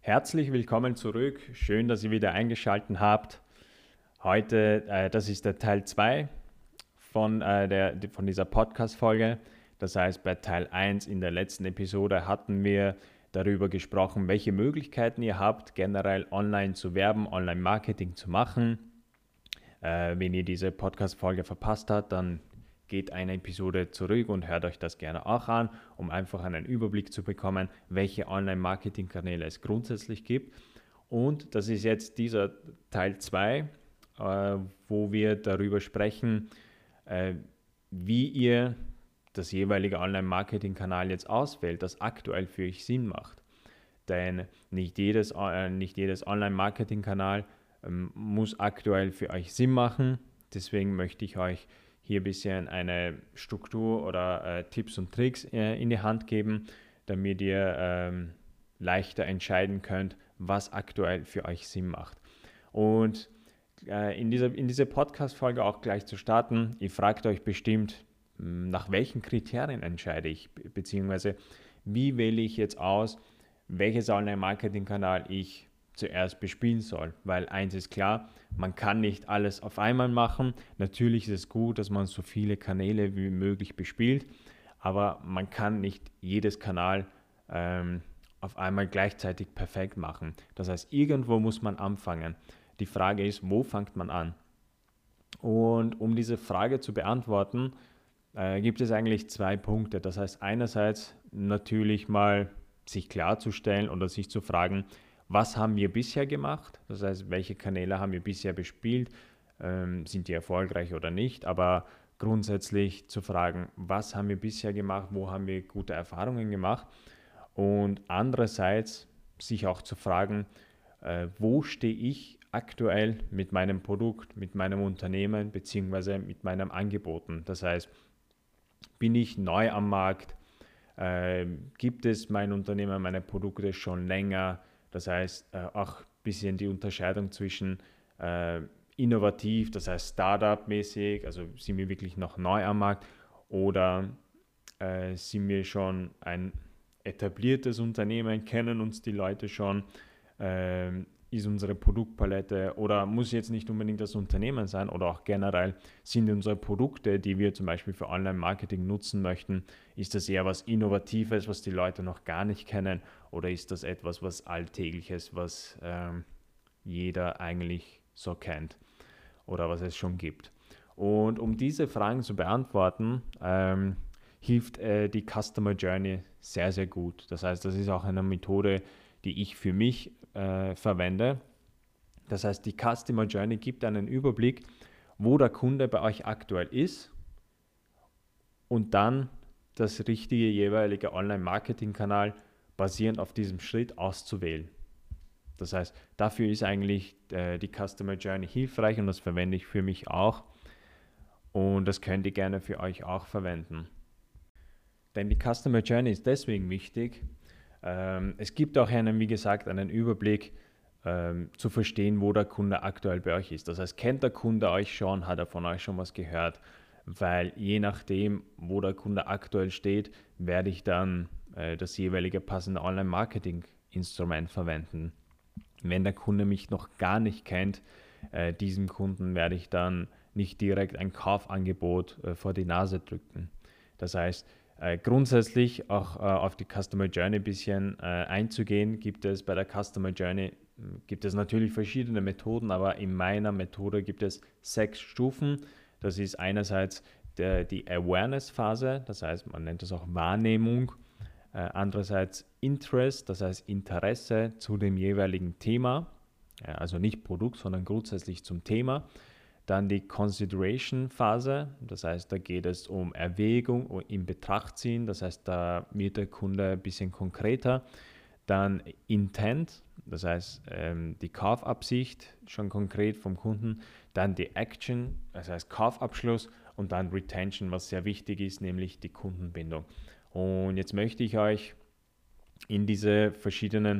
Herzlich willkommen zurück. Schön, dass ihr wieder eingeschaltet habt. Heute, das ist der Teil 2 von dieser Podcast-Folge. Das heißt, bei Teil 1 in der letzten Episode hatten wir darüber gesprochen, welche Möglichkeiten ihr habt, generell online zu werben, Online-Marketing zu machen. Wenn ihr diese Podcast-Folge verpasst habt, dann geht eine Episode zurück und hört euch das gerne auch an, um einfach einen Überblick zu bekommen, welche Online-Marketing-Kanäle es grundsätzlich gibt. Und das ist jetzt dieser Teil 2, wo wir darüber sprechen, wie ihr das jeweilige Online-Marketing-Kanal jetzt auswählt, das aktuell für euch Sinn macht. Denn nicht jedes Online-Marketing-Kanal muss aktuell für euch Sinn machen. Deswegen möchte ich euch hier ein bisschen eine Struktur oder Tipps und Tricks in die Hand geben, damit ihr leichter entscheiden könnt, was aktuell für euch Sinn macht. Und in dieser Podcast-Folge auch gleich zu starten, ihr fragt euch bestimmt, nach welchen Kriterien entscheide ich, beziehungsweise wie wähle ich jetzt aus, welches Online-Marketing-Kanal ich zuerst bespielen soll, weil eins ist klar, man kann nicht alles auf einmal machen. Natürlich ist es gut, dass man so viele Kanäle wie möglich bespielt, aber man kann nicht jedes Kanal auf einmal gleichzeitig perfekt machen. Das heißt, irgendwo muss man anfangen. Die Frage ist, wo fängt man an? Und um diese Frage zu beantworten, gibt es eigentlich zwei Punkte. Das heißt, einerseits natürlich mal sich klarzustellen oder sich zu fragen, was haben wir bisher gemacht? Das heißt, welche Kanäle haben wir bisher bespielt? Sind die erfolgreich oder nicht? Aber grundsätzlich zu fragen, was haben wir bisher gemacht? Wo haben wir gute Erfahrungen gemacht? Und andererseits sich auch zu fragen, wo stehe ich aktuell mit meinem Produkt, mit meinem Unternehmen bzw. mit meinen Angeboten? Das heißt, bin ich neu am Markt? Gibt es mein Unternehmen, meine Produkte schon länger? Das heißt, auch ein bisschen die Unterscheidung zwischen innovativ, das heißt Startup-mäßig, also sind wir wirklich noch neu am Markt, oder sind wir schon ein etabliertes Unternehmen, kennen uns die Leute schon, ist unsere Produktpalette, oder muss jetzt nicht unbedingt das Unternehmen sein, oder auch generell sind unsere Produkte, die wir zum Beispiel für Online-Marketing nutzen möchten, ist das eher was Innovatives, was die Leute noch gar nicht kennen, oder ist das etwas, was Alltägliches, was jeder eigentlich so kennt oder was es schon gibt. Und um diese Fragen zu beantworten, hilft die Customer Journey sehr, sehr gut. Das heißt, das ist auch eine Methode, die ich für mich verwende. Das heißt, die Customer Journey gibt einen Überblick, wo der Kunde bei euch aktuell ist, und dann das richtige jeweilige Online-Marketing-Kanal basierend auf diesem Schritt auszuwählen. Das heißt, dafür ist eigentlich die Customer Journey hilfreich, und das verwende ich für mich auch, und das könnt ihr gerne für euch auch verwenden. Denn die Customer Journey ist deswegen wichtig. Es gibt auch wie gesagt, einen Überblick zu verstehen, wo der Kunde aktuell bei euch ist. Das heißt, kennt der Kunde euch schon, hat er von euch schon was gehört? Weil je nachdem, wo der Kunde aktuell steht, werde ich dann das jeweilige passende Online-Marketing-Instrument verwenden. Wenn der Kunde mich noch gar nicht kennt, diesem Kunden werde ich dann nicht direkt ein Kaufangebot vor die Nase drücken. Das heißt, grundsätzlich auch auf die Customer Journey ein bisschen einzugehen, gibt es bei der Customer Journey natürlich verschiedene Methoden, aber in meiner Methode gibt es 6 Stufen. Das ist einerseits die Awareness-Phase, das heißt, man nennt das auch Wahrnehmung. Andererseits Interest, das heißt Interesse zu dem jeweiligen Thema, also nicht Produkt, sondern grundsätzlich zum Thema. Dann die Consideration-Phase, das heißt, da geht es um Erwägung und in Betracht ziehen, das heißt, da wird der Kunde ein bisschen konkreter. Dann Intent, das heißt, die Kaufabsicht schon konkret vom Kunden. Dann die Action, das heißt Kaufabschluss, und dann Retention, was sehr wichtig ist, nämlich die Kundenbindung. Und jetzt möchte ich euch in diese verschiedenen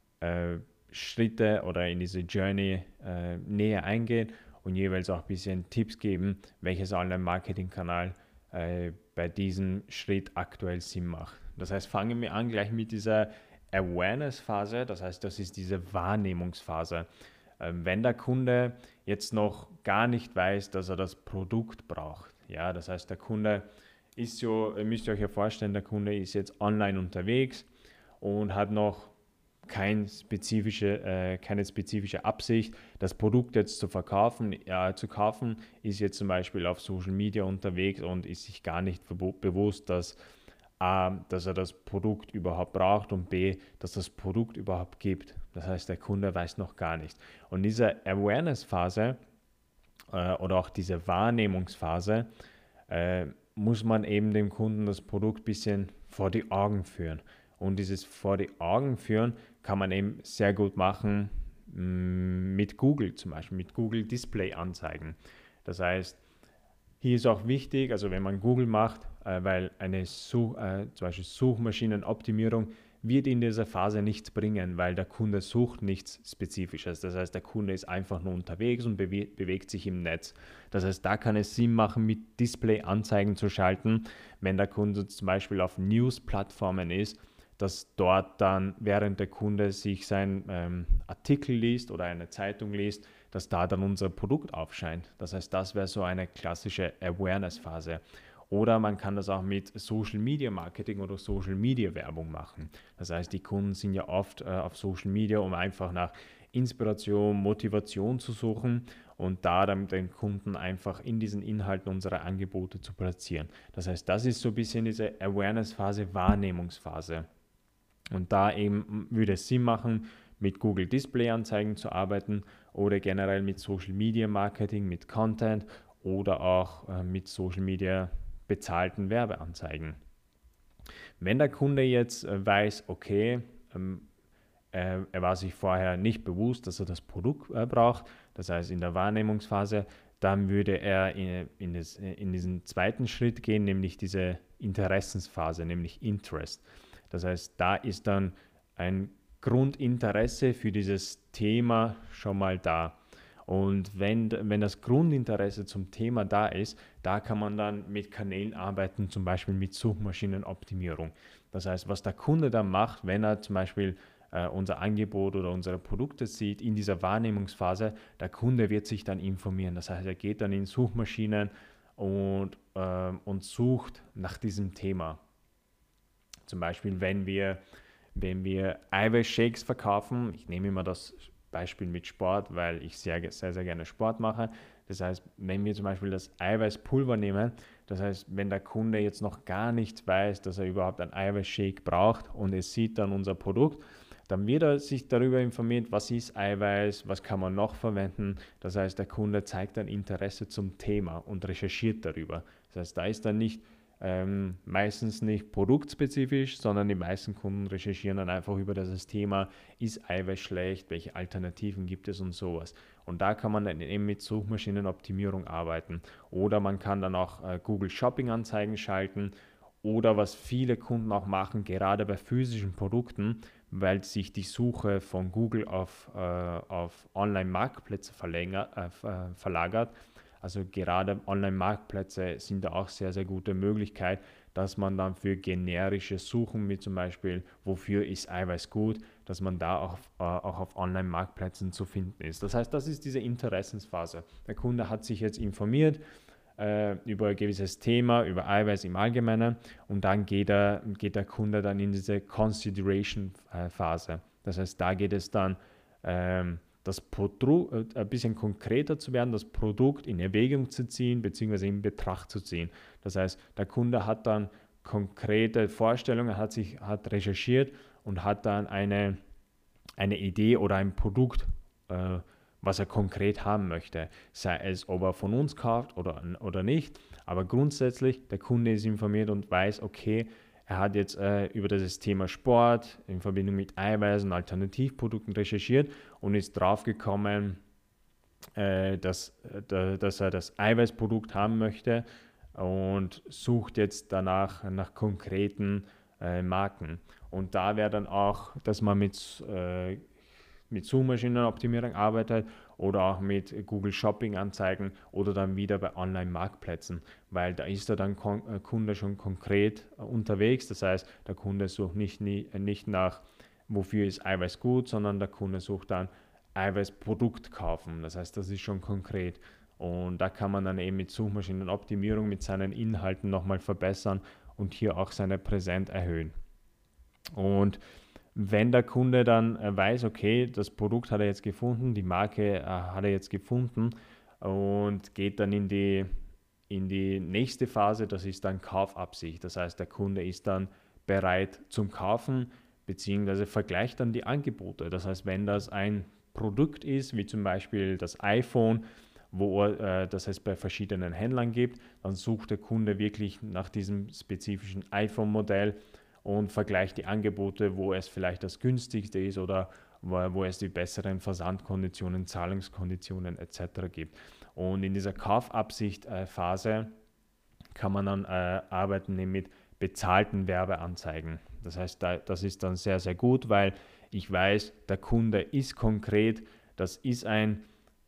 Schritte oder in diese Journey näher eingehen und jeweils auch ein bisschen Tipps geben, welches Online-Marketing-Kanal bei diesem Schritt aktuell Sinn macht. Das heißt, fangen wir an gleich mit dieser Awareness-Phase, das heißt, das ist diese Wahrnehmungsphase. Wenn der Kunde jetzt noch gar nicht weiß, dass er das Produkt braucht, ja, das heißt, der Kunde ist so, ihr müsst euch ja vorstellen, der Kunde ist jetzt online unterwegs und hat noch keine spezifische Absicht, das Produkt jetzt zu verkaufen, zu kaufen, ist jetzt zum Beispiel auf Social Media unterwegs und ist sich gar nicht bewusst, dass A, dass er das Produkt überhaupt braucht und B, dass das Produkt überhaupt gibt. Das heißt, der Kunde weiß noch gar nicht. Und diese Awareness-Phase oder auch diese Wahrnehmungsphase muss man eben dem Kunden das Produkt ein bisschen vor die Augen führen. Und dieses vor die Augen führen kann man eben sehr gut machen mit Google zum Beispiel, mit Google Display Anzeigen. Das heißt, hier ist auch wichtig, also wenn man Google macht, weil zum Beispiel Suchmaschinenoptimierung wird in dieser Phase nichts bringen, weil der Kunde sucht nichts Spezifisches. Das heißt, der Kunde ist einfach nur unterwegs und bewegt sich im Netz. Das heißt, da kann es Sinn machen, mit Display-Anzeigen zu schalten, wenn der Kunde zum Beispiel auf News-Plattformen ist, dass dort dann, während der Kunde sich seinen Artikel liest oder eine Zeitung liest, dass da dann unser Produkt aufscheint. Das heißt, das wäre so eine klassische Awareness-Phase. Oder man kann das auch mit Social Media Marketing oder Social Media Werbung machen. Das heißt, die Kunden sind ja oft auf Social Media, um einfach nach Inspiration, Motivation zu suchen und da dann den Kunden einfach in diesen Inhalten unsere Angebote zu platzieren. Das heißt, das ist so ein bisschen diese Awareness-Phase, Wahrnehmungsphase. Und da eben würde es Sinn machen, mit Google Display Anzeigen zu arbeiten oder generell mit Social Media Marketing, mit Content oder auch mit Social Media bezahlten Werbeanzeigen. Wenn der Kunde jetzt weiß, okay, er war sich vorher nicht bewusst, dass er das Produkt braucht, das heißt in der Wahrnehmungsphase, dann würde er in diesen zweiten Schritt gehen, nämlich diese Interessensphase, nämlich Interest. Das heißt, da ist dann ein Grundinteresse für dieses Thema schon mal da. Und wenn das Grundinteresse zum Thema da ist, da kann man dann mit Kanälen arbeiten, zum Beispiel mit Suchmaschinenoptimierung. Das heißt, was der Kunde dann macht, wenn er zum Beispiel unser Angebot oder unsere Produkte sieht in dieser Wahrnehmungsphase, der Kunde wird sich dann informieren. Das heißt, er geht dann in Suchmaschinen und sucht nach diesem Thema. Zum Beispiel, wenn wir Eiweißshakes verkaufen, ich nehme immer das Beispiel mit Sport, weil ich sehr, sehr, sehr gerne Sport mache. Das heißt, wenn wir zum Beispiel das Eiweißpulver nehmen, das heißt, wenn der Kunde jetzt noch gar nicht weiß, dass er überhaupt ein Eiweißshake braucht und es sieht dann unser Produkt, dann wird er sich darüber informiert, was ist Eiweiß, was kann man noch verwenden. Das heißt, der Kunde zeigt dann Interesse zum Thema und recherchiert darüber. Das heißt, da ist dann nicht meistens nicht produktspezifisch, sondern die meisten Kunden recherchieren dann einfach über das Thema, ist Eiweiß schlecht, welche Alternativen gibt es und sowas. Und da kann man dann eben mit Suchmaschinenoptimierung arbeiten. Oder man kann dann auch Google Shopping Anzeigen schalten oder was viele Kunden auch machen, gerade bei physischen Produkten, weil sich die Suche von Google auf Online-Marktplätze verlagert. Also gerade Online-Marktplätze sind da auch sehr, sehr gute Möglichkeit, dass man dann für generische Suchen, wie zum Beispiel, wofür ist Eiweiß gut, dass man da auch auf Online-Marktplätzen zu finden ist. Das heißt, das ist diese Interessensphase. Der Kunde hat sich jetzt informiert über ein gewisses Thema, über Eiweiß im Allgemeinen und dann geht der Kunde dann in diese Consideration-Phase. Das heißt, da geht es dann das Produkt ein bisschen konkreter zu werden, das Produkt in Erwägung zu ziehen bzw. in Betracht zu ziehen. Das heißt, der Kunde hat dann konkrete Vorstellungen, hat recherchiert und hat dann eine Idee oder ein Produkt, was er konkret haben möchte. Sei es, ob er von uns kauft oder nicht, aber grundsätzlich der Kunde ist informiert und weiß, okay, er hat jetzt über das Thema Sport in Verbindung mit Eiweiß und Alternativprodukten recherchiert und ist draufgekommen, dass er das Eiweißprodukt haben möchte und sucht jetzt danach nach konkreten Marken. Und da wäre dann auch, dass man mit Suchmaschinenoptimierung arbeitet oder auch mit Google Shopping Anzeigen oder dann wieder bei Online-Marktplätzen, weil da ist der Kunde schon konkret unterwegs. Das heißt, der Kunde sucht nicht nach wofür ist Eiweiß gut, sondern der Kunde sucht dann Eiweißprodukt kaufen. Das heißt, das ist schon konkret. Und da kann man dann eben mit Suchmaschinenoptimierung mit seinen Inhalten nochmal verbessern und hier auch seine Präsenz erhöhen. Und wenn der Kunde dann weiß, okay, das Produkt hat er jetzt gefunden, die Marke hat er jetzt gefunden und geht dann in die nächste Phase, das ist dann Kaufabsicht. Das heißt, der Kunde ist dann bereit zum Kaufen, beziehungsweise vergleicht dann die Angebote. Das heißt, wenn das ein Produkt ist, wie zum Beispiel das iPhone, wo das es bei verschiedenen Händlern gibt, dann sucht der Kunde wirklich nach diesem spezifischen iPhone-Modell und vergleicht die Angebote, wo es vielleicht das günstigste ist oder wo es die besseren Versandkonditionen, Zahlungskonditionen etc. gibt. Und in dieser Kaufabsicht-Phase kann man dann arbeiten mit bezahlten Werbeanzeigen. Das heißt, das ist dann sehr, sehr gut, weil ich weiß, der Kunde ist konkret, das ist ein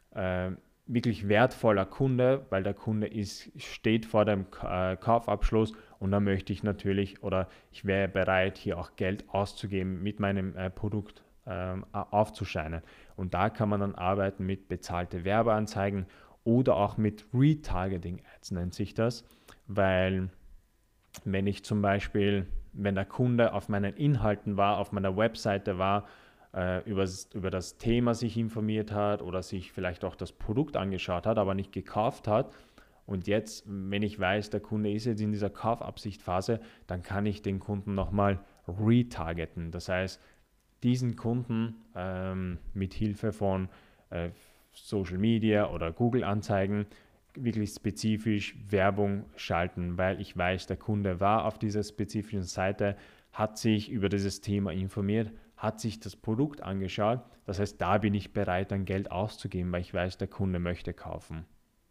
wirklich wertvoller Kunde, weil der Kunde steht vor dem Kaufabschluss und dann möchte ich natürlich oder ich wäre bereit, hier auch Geld auszugeben, mit meinem Produkt aufzuscheinen. Und da kann man dann arbeiten mit bezahlte Werbeanzeigen oder auch mit Retargeting Ads nennt sich das, weil wenn ich zum Beispiel, wenn der Kunde auf meinen Inhalten war, auf meiner Webseite war, über das Thema sich informiert hat oder sich vielleicht auch das Produkt angeschaut hat, aber nicht gekauft hat. Und jetzt, wenn ich weiß, der Kunde ist jetzt in dieser Kaufabsichtphase, dann kann ich den Kunden nochmal retargeten. Das heißt, diesen Kunden mit Hilfe von Social Media oder Google-Anzeigen wirklich spezifisch Werbung schalten, weil ich weiß, der Kunde war auf dieser spezifischen Seite, hat sich über dieses Thema informiert, hat sich das Produkt angeschaut. Das heißt, da bin ich bereit, dann Geld auszugeben, weil ich weiß, der Kunde möchte kaufen.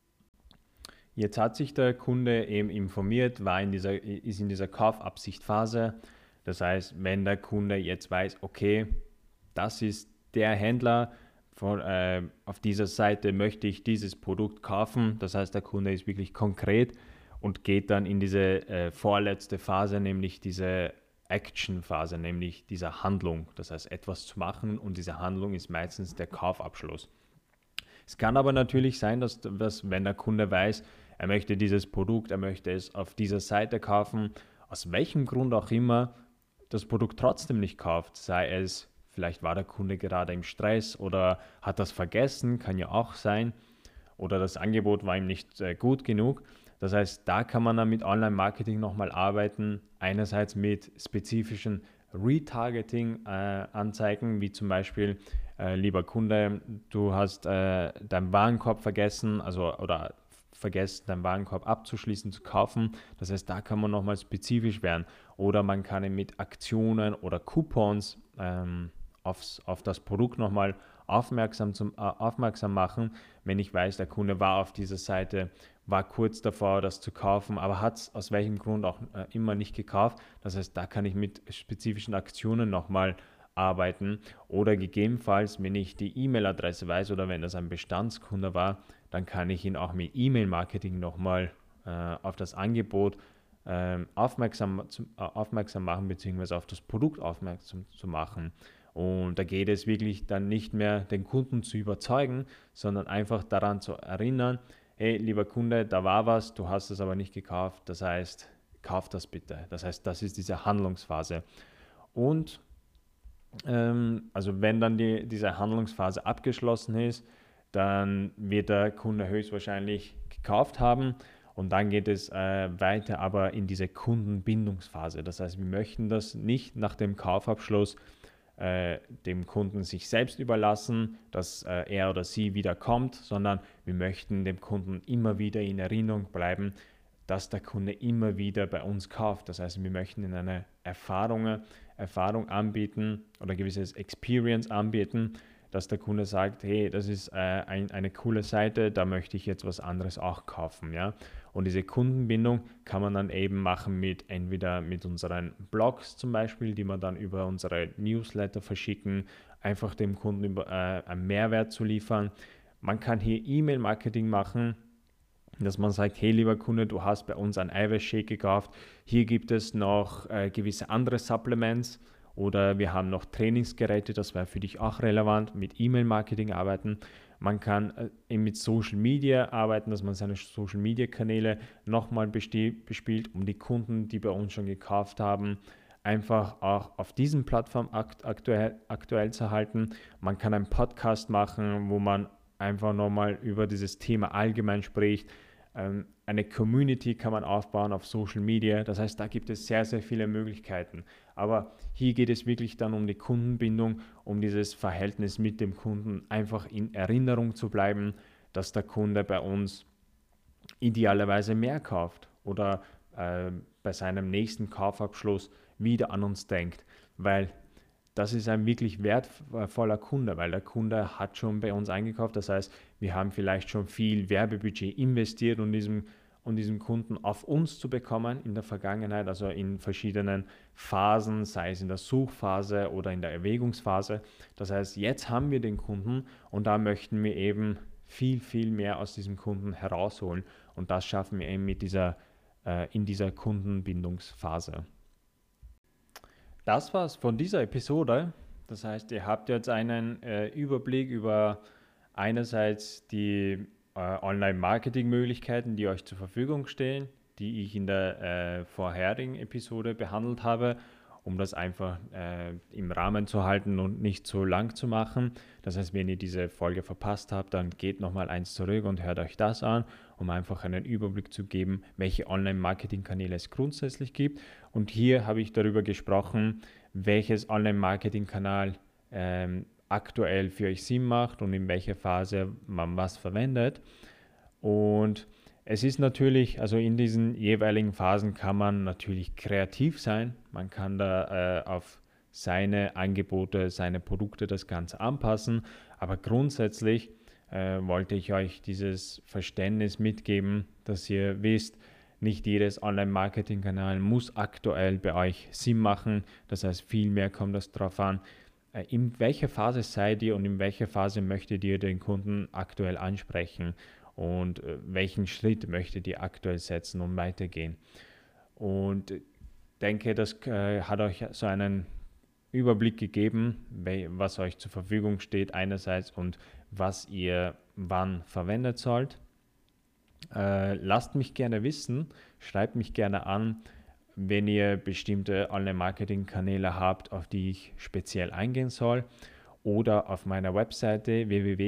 Jetzt hat sich der Kunde eben informiert, ist in dieser Kaufabsichtphase. Das heißt, wenn der Kunde jetzt weiß, okay, das ist der Händler, auf dieser Seite möchte ich dieses Produkt kaufen. Das heißt, der Kunde ist wirklich konkret und geht dann in diese vorletzte Phase, nämlich diese Action-Phase, nämlich dieser Handlung. Das heißt, etwas zu machen und diese Handlung ist meistens der Kaufabschluss. Es kann aber natürlich sein, dass wenn der Kunde weiß, er möchte dieses Produkt, er möchte es auf dieser Seite kaufen, aus welchem Grund auch immer, das Produkt trotzdem nicht kauft, sei es, vielleicht war der Kunde gerade im Stress oder hat das vergessen, kann ja auch sein, oder das Angebot war ihm nicht gut genug. Das heißt, da kann man dann mit Online-Marketing nochmal arbeiten, einerseits mit spezifischen Retargeting-Anzeigen, wie zum Beispiel, lieber Kunde, du hast deinen Warenkorb vergessen, oder vergessen, deinen Warenkorb abzuschließen, zu kaufen. Das heißt, da kann man nochmal spezifisch werden. Oder man kann ihn mit Aktionen oder Coupons auf das Produkt nochmal aufmerksam machen, wenn ich weiß, der Kunde war auf dieser Seite, war kurz davor, das zu kaufen, aber hat es aus welchem Grund auch immer nicht gekauft. Das heißt, da kann ich mit spezifischen Aktionen nochmal arbeiten oder gegebenenfalls, wenn ich die E-Mail-Adresse weiß oder wenn das ein Bestandskunde war, dann kann ich ihn auch mit E-Mail-Marketing nochmal auf das Angebot aufmerksam machen bzw. auf das Produkt aufmerksam zu machen. Und da geht es wirklich dann nicht mehr, den Kunden zu überzeugen, sondern einfach daran zu erinnern, hey, lieber Kunde, da war was, du hast es aber nicht gekauft, das heißt, kauf das bitte. Das heißt, das ist diese Handlungsphase. Und also wenn dann diese Handlungsphase abgeschlossen ist, dann wird der Kunde höchstwahrscheinlich gekauft haben und dann geht es weiter aber in diese Kundenbindungsphase. Das heißt, wir möchten das nicht nach dem Kaufabschluss dem Kunden sich selbst überlassen, dass er oder sie wieder kommt, sondern wir möchten dem Kunden immer wieder in Erinnerung bleiben, dass der Kunde immer wieder bei uns kauft. Das heißt, wir möchten ihnen eine Erfahrung anbieten oder gewisses Experience anbieten, dass der Kunde sagt, hey, das ist eine coole Seite, da möchte ich jetzt was anderes auch kaufen. Ja? Und diese Kundenbindung kann man dann eben machen entweder mit unseren Blogs zum Beispiel, die wir dann über unsere Newsletter verschicken, einfach dem Kunden einen Mehrwert zu liefern. Man kann hier E-Mail-Marketing machen, dass man sagt, hey lieber Kunde, du hast bei uns einen Eiweißshake gekauft, hier gibt es noch gewisse andere Supplements Oder wir haben noch Trainingsgeräte, das wäre für dich auch relevant, mit E-Mail-Marketing arbeiten. Man kann eben mit Social Media arbeiten, dass man seine Social Media Kanäle nochmal bespielt, um die Kunden, die bei uns schon gekauft haben, einfach auch auf diesen Plattformen aktuell zu halten. Man kann einen Podcast machen, wo man einfach nochmal über dieses Thema allgemein spricht. Eine Community kann man aufbauen auf Social Media. Das heißt, da gibt es sehr, sehr viele Möglichkeiten. Aber hier geht es wirklich dann um die Kundenbindung, um dieses Verhältnis mit dem Kunden, einfach in Erinnerung zu bleiben, dass der Kunde bei uns idealerweise mehr kauft oder bei seinem nächsten Kaufabschluss wieder an uns denkt. Weil das ist ein wirklich wertvoller Kunde, weil der Kunde hat schon bei uns eingekauft. Das heißt, wir haben vielleicht schon viel Werbebudget investiert, um diesen Kunden auf uns zu bekommen in der Vergangenheit, also in verschiedenen Phasen, sei es in der Suchphase oder in der Erwägungsphase. Das heißt, jetzt haben wir den Kunden und da möchten wir eben viel, viel mehr aus diesem Kunden herausholen. Und das schaffen wir eben in dieser Kundenbindungsphase. Das war's von dieser Episode. Das heißt, ihr habt jetzt einen Überblick über einerseits die Online-Marketing-Möglichkeiten, die euch zur Verfügung stehen, die ich in der vorherigen Episode behandelt habe, um das einfach im Rahmen zu halten und nicht zu lang zu machen. Das heißt, wenn ihr diese Folge verpasst habt, dann geht nochmal eins zurück und hört euch das an, um einfach einen Überblick zu geben, welche Online-Marketing-Kanäle es grundsätzlich gibt. Und hier habe ich darüber gesprochen, welches Online-Marketing-Kanal aktuell für euch Sinn macht und in welcher Phase man was verwendet. Und es ist natürlich, also in diesen jeweiligen Phasen kann man natürlich kreativ sein. Man kann da auf seine Angebote, seine Produkte das Ganze anpassen. Aber grundsätzlich wollte ich euch dieses Verständnis mitgeben, dass ihr wisst, nicht jedes Online-Marketing-Kanal muss aktuell bei euch Sinn machen. Das heißt, vielmehr kommt es darauf an, in welcher Phase seid ihr und in welcher Phase möchtet ihr den Kunden aktuell ansprechen und welchen Schritt möchtet ihr aktuell setzen und weitergehen. Und ich denke, das hat euch so einen Überblick gegeben, was euch zur Verfügung steht einerseits und was ihr wann verwendet sollt. Lasst mich gerne wissen, schreibt mich gerne an, wenn ihr bestimmte Online-Marketing-Kanäle habt, auf die ich speziell eingehen soll, oder auf meiner Webseite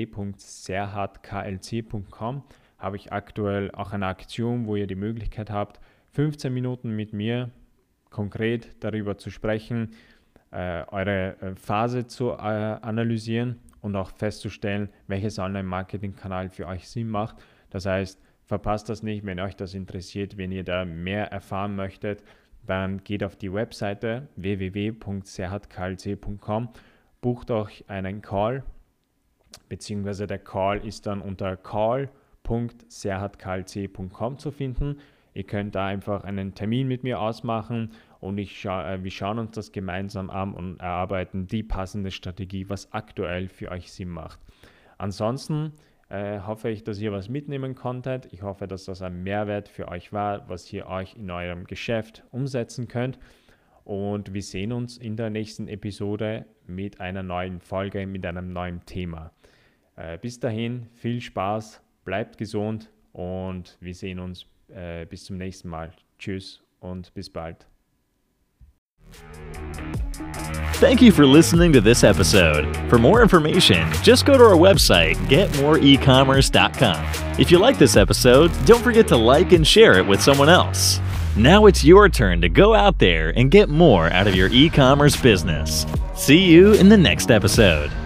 www.serhardklc.com habe ich aktuell auch eine Aktion, wo ihr die Möglichkeit habt, 15 Minuten mit mir konkret darüber zu sprechen, eure Phase zu analysieren und auch festzustellen, welches Online-Marketing-Kanal für euch Sinn macht. Das heißt, verpasst das nicht, wenn euch das interessiert, wenn ihr da mehr erfahren möchtet, dann geht auf die Webseite www.serhardklc.com, bucht euch einen Call, beziehungsweise der Call ist dann unter call.serhardklc.com zu finden. Ihr könnt da einfach einen Termin mit mir ausmachen und wir schauen uns das gemeinsam an und erarbeiten die passende Strategie, was aktuell für euch Sinn macht. Ansonsten hoffe ich, dass ihr was mitnehmen konntet. Ich hoffe, dass das ein Mehrwert für euch war, was ihr euch in eurem Geschäft umsetzen könnt. Und wir sehen uns in der nächsten Episode mit einer neuen Folge, mit einem neuen Thema. Bis dahin, viel Spaß, bleibt gesund und wir sehen uns bis zum nächsten Mal. Tschüss und bis bald. Thank you for listening to this episode. For more information, just go to our website, getmoreecommerce.com. If you like this episode, don't forget to like and share it with someone else. Now it's your turn to go out there and get more out of your e-commerce business. See you in the next episode.